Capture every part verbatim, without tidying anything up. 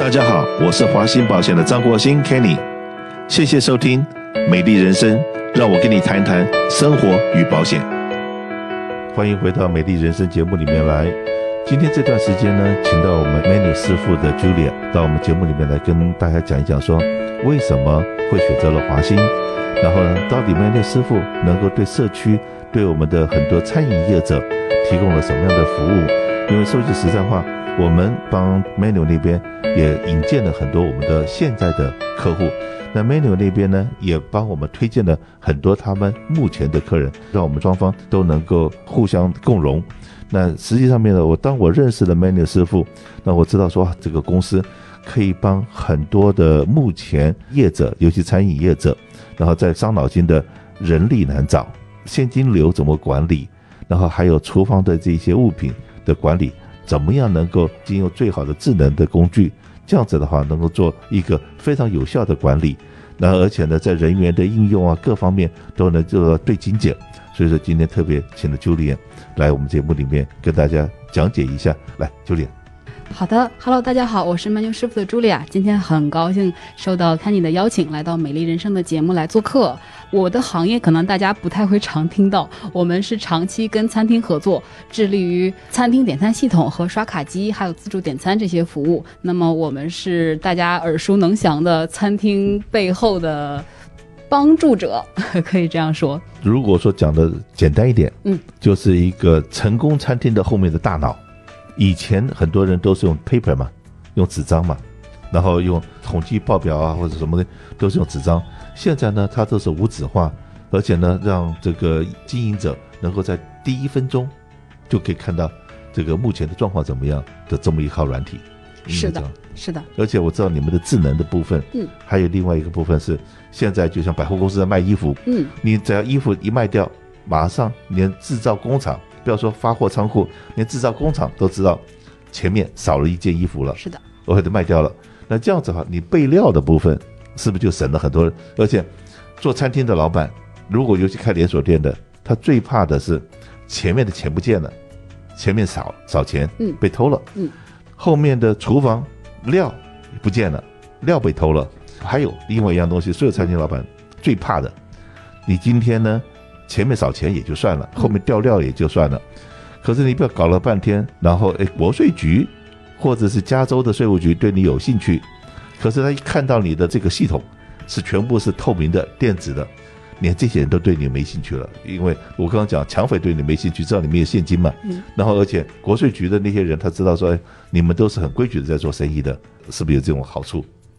大家好，我是华兴保险的张国兴 Kenny， 谢谢收听美丽人生，让我跟你谈谈生活与保险。欢迎回到美丽人生节目里面来。今天这段时间呢，请到我们 Manu 师傅的 Julia 到我们节目里面来跟大家讲一讲，说为什么会选择了华兴，然后呢，到底 Manu 师傅能够对社区、对我们的很多餐饮业者提供了什么样的服务？因为说句实在话，我们帮 Manu 那边也引荐了很多我们的现在的客户，那 Manu 那边呢也帮我们推荐了很多他们目前的客人，让我们双方都能够互相共荣。那实际上面呢，我当我认识了 Manu 师傅，那我知道说这个公司可以帮很多的目前业者，尤其餐饮业者，然后在伤脑筋的人力难找，现金流怎么管理，然后还有厨房的这些物品的管理，怎么样能够经由最好的智能的工具，这样子的话能够做一个非常有效的管理，然后而且呢，在人员的应用啊各方面都能做最精简。所以说今天特别请了 Julia 来我们节目里面跟大家讲解一下。来 Julia。 好的 Hello 大家好，我是Manu师傅的 Julia， 今天很高兴受到 Kenny 的邀请来到美丽人生的节目来做客。我的行业可能大家不太会常听到，我们是长期跟餐厅合作，致力于餐厅点餐系统和刷卡机还有自助点餐这些服务。那么我们是大家耳熟能详的餐厅背后的帮助者，可以这样说。 如果说讲的简单一点， 嗯， 就是一个成功餐厅的后面的大脑。以前很多人都是用 paper 嘛，用纸张嘛，然后用统计报表啊或者什么的都是用纸张。现在呢，它都是无纸化，而且呢，让这个经营者能够在第一分钟就可以看到这个目前的状况怎么样的这么一套软体。 是的，是的。 而且我知道你们的智能的部分， 嗯， 还有另外一个部分是，现在就像百货公司在卖衣服， 嗯， 你只要衣服一卖掉，马上连制造工厂，不要说发货仓库，连制造工厂都知道前面少了一件衣服了， 是的， 我给它卖掉了。那这样子的话，你备料的部分是不是就省了很多人？而且做餐厅的老板，如果尤其开连锁店的，他最怕的是前面的钱不见了，前面少少钱， 嗯， 被偷了， 嗯， 后面的厨房料不见了，料被偷了。还有另外一样东西，所有餐厅老板最怕的，你今天呢前面少钱也就算了，后面掉料也就算了，可是你不要搞了半天，然后诶国税局或者是加州的税务局对你有兴趣，可是他一看到你的这个系统是全部是透明的电子的，连这些人都对你没兴趣了。因为我刚刚讲抢匪对你没兴趣，知道你没有现金嘛， 嗯， 然后而且国税局的那些人他知道说，哎，你们都是很规矩的在做生意的，是不是有这种好处？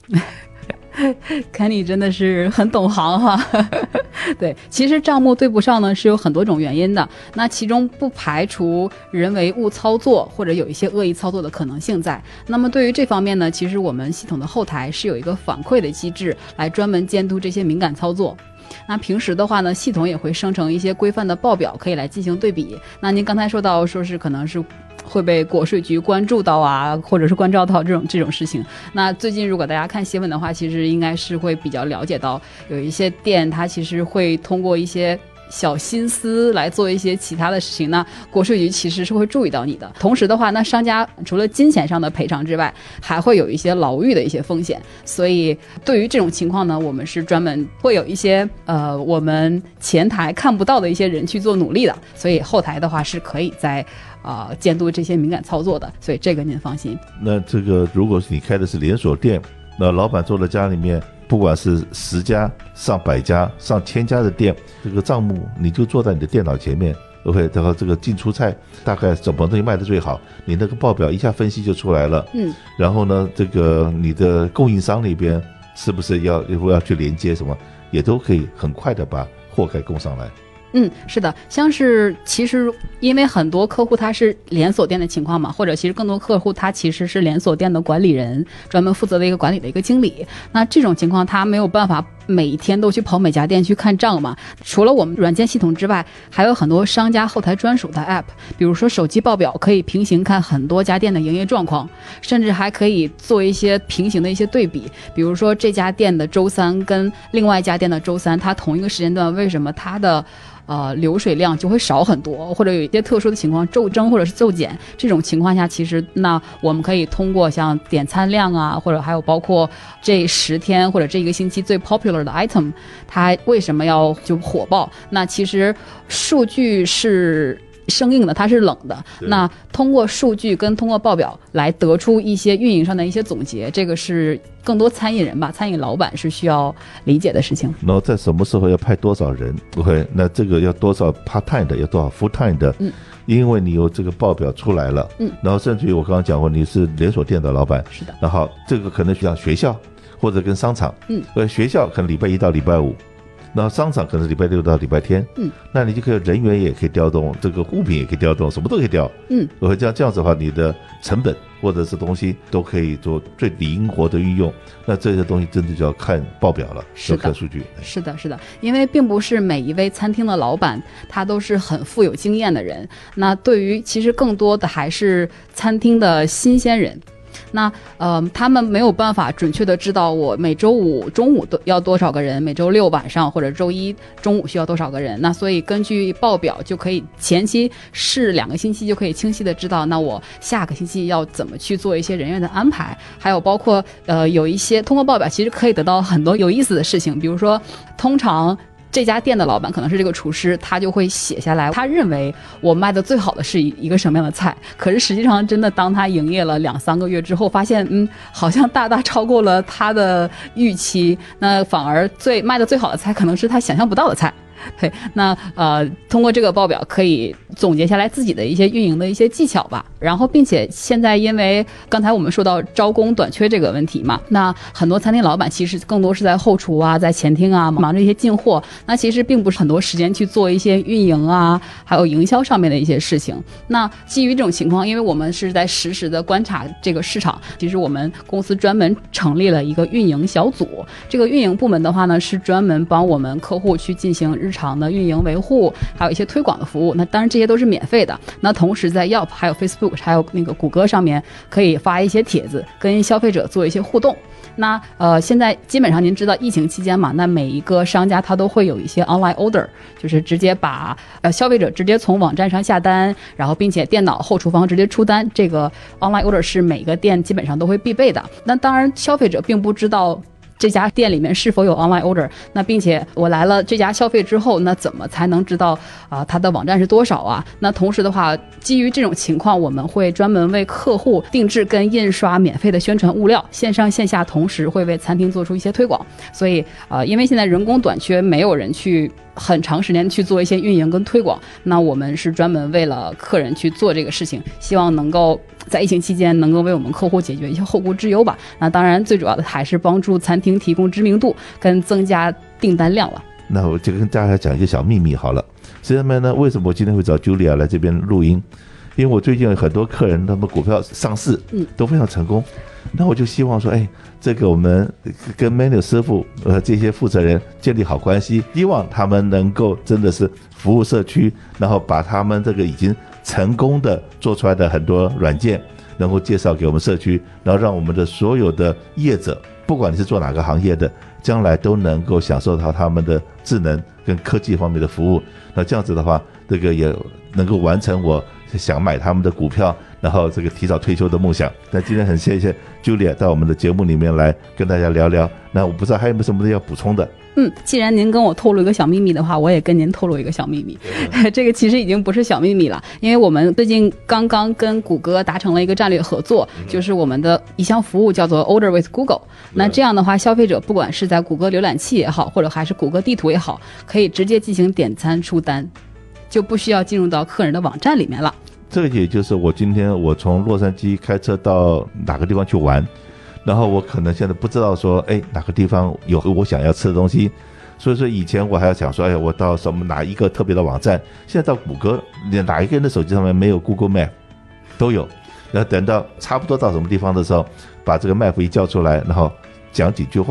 Kenny 真的是很懂行哈。对，其实账目对不上呢是有很多种原因的，那其中不排除人为误操作或者有一些恶意操作的可能性在。那么对于这方面呢，其实我们系统的后台是有一个反馈的机制来专门监督这些敏感操作。那平时的话呢，系统也会生成一些规范的报表可以来进行对比。那您刚才说到说是可能是会被国税局关注到啊，或者是关照到这种这种事情。那最近如果大家看新闻的话，其实应该是会比较了解到，有一些店它其实会通过一些小心思来做一些其他的事情，那国税局其实是会注意到你的。同时的话，那商家除了金钱上的赔偿之外，还会有一些牢狱的一些风险。所以对于这种情况呢，我们是专门会有一些呃我们前台看不到的一些人去做努力的，所以后台的话是可以在呃监督这些敏感操作的，所以这个您放心。 那这个如果你开的是连锁店，那老板坐在家里面，不管是十家、上百家、上千家的店，这个账目你就坐在你的电脑前面 ，OK， 然后这个进出菜大概什么东西卖的最好，你那个报表一下分析就出来了。 嗯， 然后呢，这个你的供应商那边是不是要如果要去连接什么，也都可以很快的把货给供上来。 嗯，是的，像是其实因为很多客户他是连锁店的情况嘛，或者其实更多客户他其实是连锁店的管理人，专门负责的一个管理的一个经理。那这种情况他没有办法每一天都去跑每家店去看账嘛。除了我们软件系统之外，还有很多商家后台专属的 app， 比如说手机报表可以平行看很多家店的营业状况，甚至还可以做一些平行的一些对比，比如说这家店的周三跟另外一家店的周三，它同一个时间段为什么它的呃，流水量就会少很多，或者有一些特殊的情况骤增或者是骤减，这种情况下，其实那我们可以通过像点餐量啊，或者还有包括这十天或者这一个星期最 popular 的 item， 它为什么要就火爆？那其实数据是生硬的，它是冷的。那通过数据跟通过报表来得出一些运营上的一些总结，这个是更多餐饮人吧，餐饮老板是需要理解的事情。 然后在什么时候要派多少人 ？OK， 那这个要多少 part time 的，要多少 full time 的？嗯，因为你有这个报表出来了，嗯，然后甚至于我刚刚讲过，你是连锁店的老板， 是的。 那好，这个可能需要学校或者跟商场，嗯，呃，学校可能礼拜一到礼拜五。然后商场可能是礼拜六到礼拜天，嗯，那你就可以人员也可以调动，这个物品也可以调动，什么都可以调，嗯，我会这样这样子的话，你的成本或者是东西都可以做最灵活的运用。那这些东西真的就要看报表了，要看数据。 是的，是的，因为并不是每一位餐厅的老板他都是很富有经验的人，那对于其实更多的还是餐厅的新鲜人。那呃，他们没有办法准确的知道我每周五中午都要多少个人，每周六晚上或者周一中午需要多少个人。那所以根据报表就可以前期试两个星期就可以清晰的知道，那我下个星期要怎么去做一些人员的安排，还有包括呃有一些通过报表其实可以得到很多有意思的事情，比如说通常这家店的老板可能是这个厨师，他就会写下来他认为我卖的最好的是一个什么样的菜，可是实际上真的当他营业了两三个月之后发现嗯，好像大大超过了他的预期，那反而最卖的最好的菜可能是他想象不到的菜。对，那呃，通过这个报表可以总结下来自己的一些运营的一些技巧吧。然后，并且现在因为刚才我们说到招工短缺这个问题嘛，那很多餐厅老板其实更多是在后厨啊，在前厅啊忙着一些进货，那其实并不是很多时间去做一些运营啊，还有营销上面的一些事情。那基于这种情况，因为我们是在实时的观察这个市场，其实我们公司专门成立了一个运营小组。这个运营部门的话呢，是专门帮我们客户去进行日常的运营维护，还有一些推广的服务。那当然这些都是免费的。那同时在 Yelp 还有 Facebook 还有那个谷歌上面可以发一些帖子，跟消费者做一些互动。那呃，现在基本上您知道疫情期间嘛，那每一个商家他都会有一些 online order， 就是直接把呃消费者直接从网站上下单，然后并且电脑后厨房直接出单，这个 online order 是每个店基本上都会必备的。那当然消费者并不知道这家店里面是否有 online order， 那并且我来了这家消费之后，那怎么才能知道啊、呃、它的网站是多少啊？那同时的话，基于这种情况，我们会专门为客户定制跟印刷免费的宣传物料，线上线下同时会为餐厅做出一些推广。所以呃，因为现在人工短缺，没有人去很长时间去做一些运营跟推广，那我们是专门为了客人去做这个事情，希望能够在疫情期间能够为我们客户解决一些后顾之忧吧。那当然最主要的还是帮助餐厅提供知名度跟增加订单量了。 那我就跟大家讲一个小秘密好了。实际上呢，为什么我今天会找 Julia 来这边录音？因为我最近有很多客人，他们股票上市，嗯，都非常成功。那我就希望说，哎，这个我们跟 Menu 师傅呃这些负责人建立好关系，希望他们能够真的是服务社区，然后把他们这个已经成功的做出来的很多软件，能够介绍给我们社区，然后让我们的所有的业者，不管你是做哪个行业的，将来都能够享受到他们的智能跟科技方面的服务。那这样子的话，这个也能够完成我想买他们的股票，然后这个提早退休的梦想。那今天很谢谢 Julia 到我们的节目里面来跟大家聊聊。那我不知道还有没有什么要补充的？ 嗯，既然您跟我透露一个小秘密的话，我也跟您透露一个小秘密。这个其实已经不是小秘密了，因为我们最近刚刚跟谷歌达成了一个战略合作，就是我们的一项服务叫做 Order with Google。那这样的话，消费者不管是在谷歌浏览器也好，或者还是谷歌地图也好，可以直接进行点餐出单，就不需要进入到客人的网站里面了。 这个也就是我今天我从洛杉矶开车到哪个地方去玩，然后我可能现在不知道说，哎，哪个地方有我想要吃的东西，所以说以前我还要想说，哎，我到什么哪一个特别的网站，现在到谷歌，哪一个人的手机上面没有 Google Map 都有，然后等到差不多到什么地方的时候，把这个 Map 一叫出来，然后讲几句话，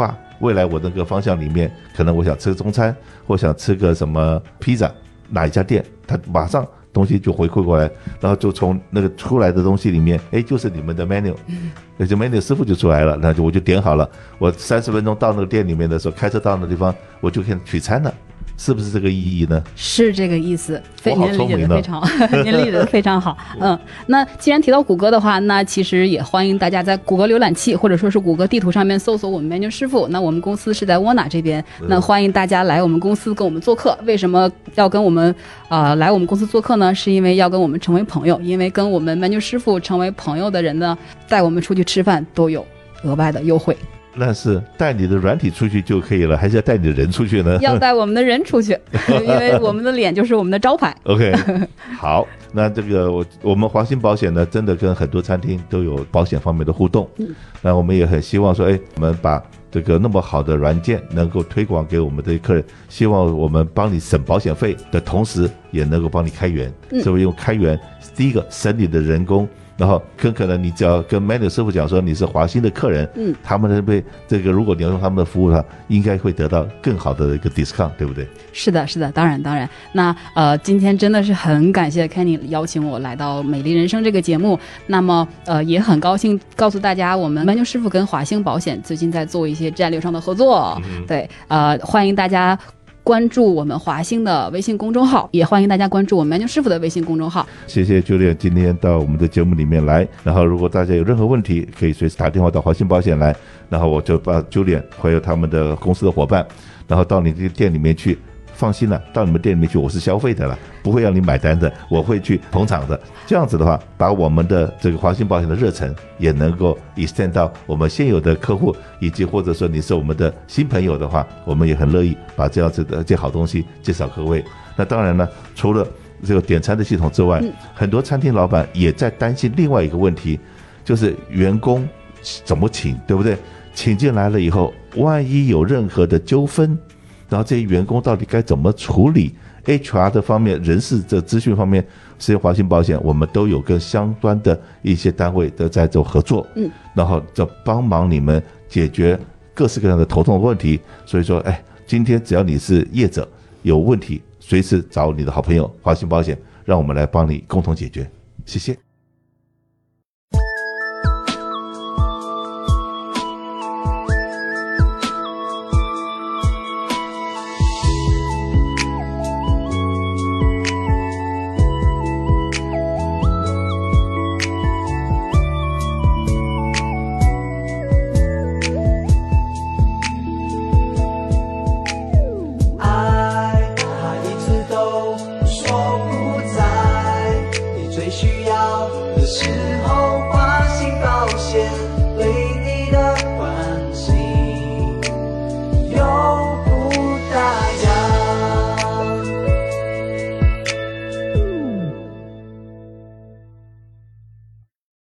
未来我那个方向里面，可能我想吃中餐，或想吃个什么披萨，哪一家店，他马上东西就回馈过来，然后就从那个出来的东西里面，哎，就是你们的 menu， 那就 menu 师傅就出来了，那就我就点好了，我三十分钟到那个店里面的时候，开车到那个地方，我就可以取餐了。是不是这个意义呢？ 是这个意思，非我好您理解聪明呢的非常，您理解的非常好。嗯，那既然提到谷歌的话，那其实也欢迎大家在谷歌浏览器或者说是谷歌地图上面搜索我们 menu 师傅。那我们公司是在沃纳这边，那欢迎大家来我们公司跟我们做客。为什么要跟我们呃来我们公司做客呢？是因为要跟我们成为朋友，因为跟我们 menu 师傅成为朋友的人呢，带我们出去吃饭都有额外的优惠。 那是带你的软体出去就可以了，还是要带你的人出去呢？ 要带我们的人出去，因为我们的脸就是我们的招牌。 OK， 好，那这个我我们华兴保险呢，真的跟很多餐厅都有保险方面的互动。嗯，那我们也很希望说，哎，我们把这个那么好的软件能够推广给我们的客人，希望我们帮你省保险费的同时，也能够帮你开源。嗯，所以用开源，第一个省你的人工。然后更可能你只要跟 menu 师傅讲说你是华兴的客人，嗯，他们那边这个如果你要用他们的服务的话，应该会得到更好的一个 discount， 对不对？是的，是的，当然当然。那呃，今天真的是很感谢 Kenny 邀请我来到美丽人生这个节目。那么呃，也很高兴告诉大家，我们 menu 师傅跟华兴保险最近在做一些战略上的合作。嗯，对，呃，欢迎大家关注我们华兴的微信公众号，也欢迎大家关注我们 menu 师傅的微信公众号。谢谢 Julian 今天到我们的节目里面来，然后如果大家有任何问题，可以随时打电话到华兴保险来，然后我就把 Julian 还有他们的公司的伙伴，然后到你这个店里面去。放心了，到你们店里面去，我是消费的了，不会让你买单的，我会去捧场的。这样子的话，把我们的这个华兴保险的热忱也能够 extend 到我们现有的客户，以及或者说你是我们的新朋友的话，我们也很乐意把这样子的这好东西介绍各位。那当然呢，除了这个点餐的系统之外，嗯、很多餐厅老板也在担心另外一个问题，就是员工怎么请，对不对？请进来了以后，万一有任何的纠纷，然后这些员工到底该怎么处理 ？H R 的方面、人事的资讯方面，实际上华兴保险我们都有跟相关的一些单位都在做合作，嗯，然后就帮忙你们解决各式各样的头痛的问题。所以说，哎，今天只要你是业者，有问题随时找你的好朋友华兴保险，让我们来帮你共同解决。谢谢。